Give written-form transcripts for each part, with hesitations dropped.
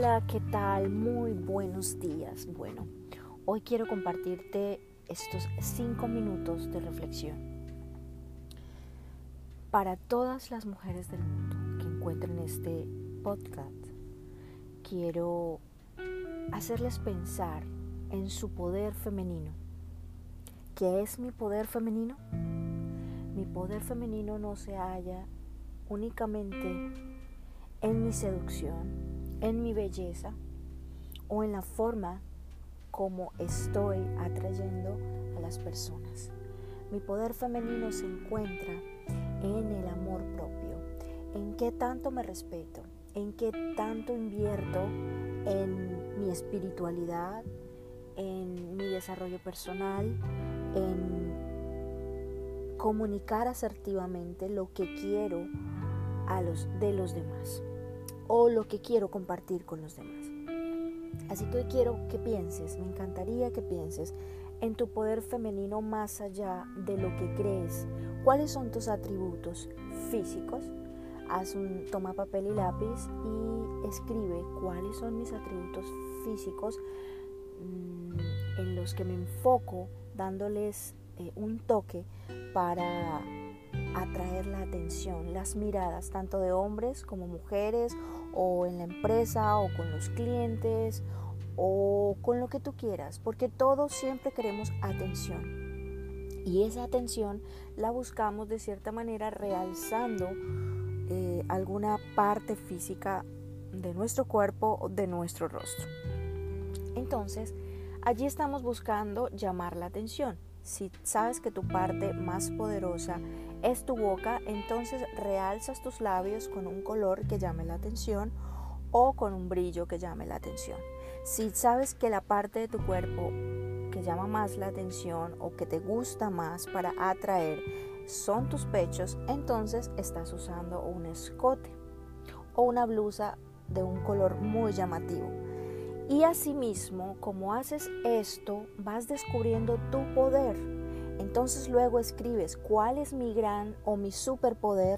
Hola, ¿qué tal? Muy buenos días. Bueno, hoy quiero compartirte estos 5 minutos de reflexión para todas las mujeres del mundo que encuentren este podcast. Quiero hacerles pensar en su poder femenino. ¿Qué es mi poder femenino? Mi poder femenino no se halla únicamente en mi seducción, en mi belleza o en la forma como estoy atrayendo a las personas. Mi poder femenino se encuentra en el amor propio, en qué tanto me respeto, en qué tanto invierto en mi espiritualidad, en mi desarrollo personal, en comunicar asertivamente lo que quiero de los demás o lo que quiero compartir con los demás. Así que hoy quiero que pienses, me encantaría que pienses en tu poder femenino más allá de lo que crees. ¿Cuáles son tus atributos físicos? Toma papel y lápiz y escribe cuáles son mis atributos físicos en los que me enfoco, dándoles un toque para atraer la atención, las miradas, tanto de hombres como mujeres, o en la empresa, o con los clientes, o con lo que tú quieras, porque todos siempre queremos atención. Y esa atención la buscamos de cierta manera realzando alguna parte física de nuestro cuerpo o de nuestro rostro. Entonces, allí estamos buscando llamar la atención. Si sabes que tu parte más poderosa es tu boca, entonces realzas tus labios con un color que llame la atención o con un brillo que llame la atención. Si sabes que la parte de tu cuerpo que llama más la atención o que te gusta más para atraer son tus pechos, entonces estás usando un escote o una blusa de un color muy llamativo. Y asimismo, como haces esto, vas descubriendo tu poder. Entonces luego escribes cuál es mi gran o mi superpoder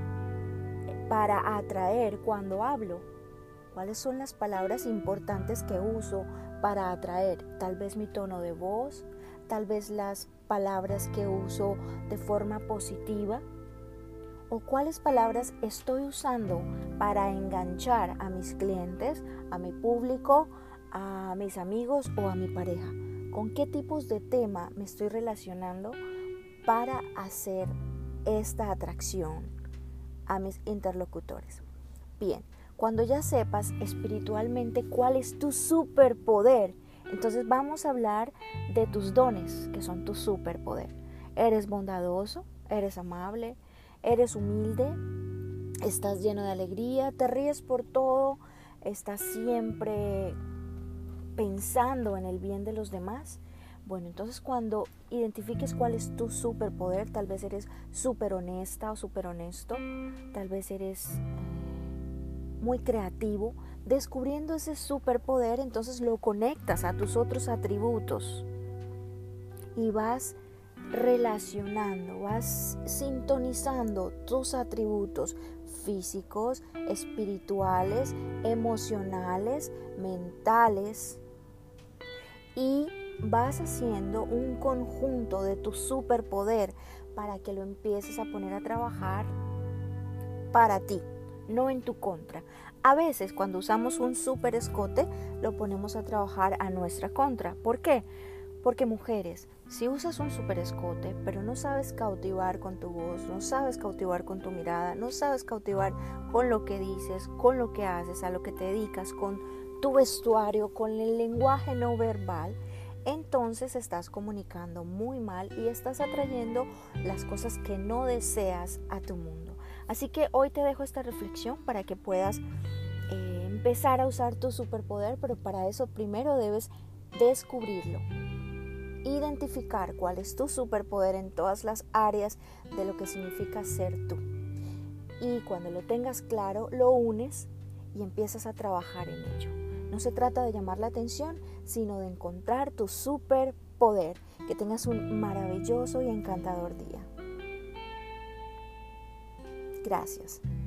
para atraer cuando hablo. ¿Cuáles son las palabras importantes que uso para atraer? Tal vez mi tono de voz, tal vez las palabras que uso de forma positiva. ¿O cuáles palabras estoy usando para enganchar a mis clientes, a mi público, a mis amigos o a mi pareja? ¿Con qué tipos de tema me estoy relacionando para hacer esta atracción a mis interlocutores? Bien, cuando ya sepas espiritualmente cuál es tu superpoder, entonces vamos a hablar de tus dones, que son tu superpoder. ¿Eres bondadoso? ¿Eres amable? ¿Eres humilde? ¿Estás lleno de alegría? ¿Te ríes por todo? ¿Estás siempre pensando en el bien de los demás? Bueno, entonces cuando identifiques cuál es tu superpoder, tal vez eres súper honesta o súper honesto, tal vez eres muy creativo, descubriendo ese superpoder, entonces lo conectas a tus otros atributos y vas relacionando, vas sintonizando tus atributos físicos, espirituales, emocionales, mentales, y vas haciendo un conjunto de tu superpoder para que lo empieces a poner a trabajar para ti, no en tu contra. A veces cuando usamos un super escote lo ponemos a trabajar a nuestra contra. ¿Por qué? Porque mujeres, si usas un super escote, pero no sabes cautivar con tu voz, no sabes cautivar con tu mirada, no sabes cautivar con lo que dices, con lo que haces, a lo que te dedicas, con tu vestuario, con el lenguaje no verbal, entonces estás comunicando muy mal y estás atrayendo las cosas que no deseas a tu mundo. Así que hoy te dejo esta reflexión para que puedas empezar a usar tu superpoder, pero para eso primero debes descubrirlo. Identificar cuál es tu superpoder en todas las áreas de lo que significa ser tú. Y cuando lo tengas claro, lo unes y empiezas a trabajar en ello. No se trata de llamar la atención, sino de encontrar tu superpoder. Que tengas un maravilloso y encantador día. Gracias.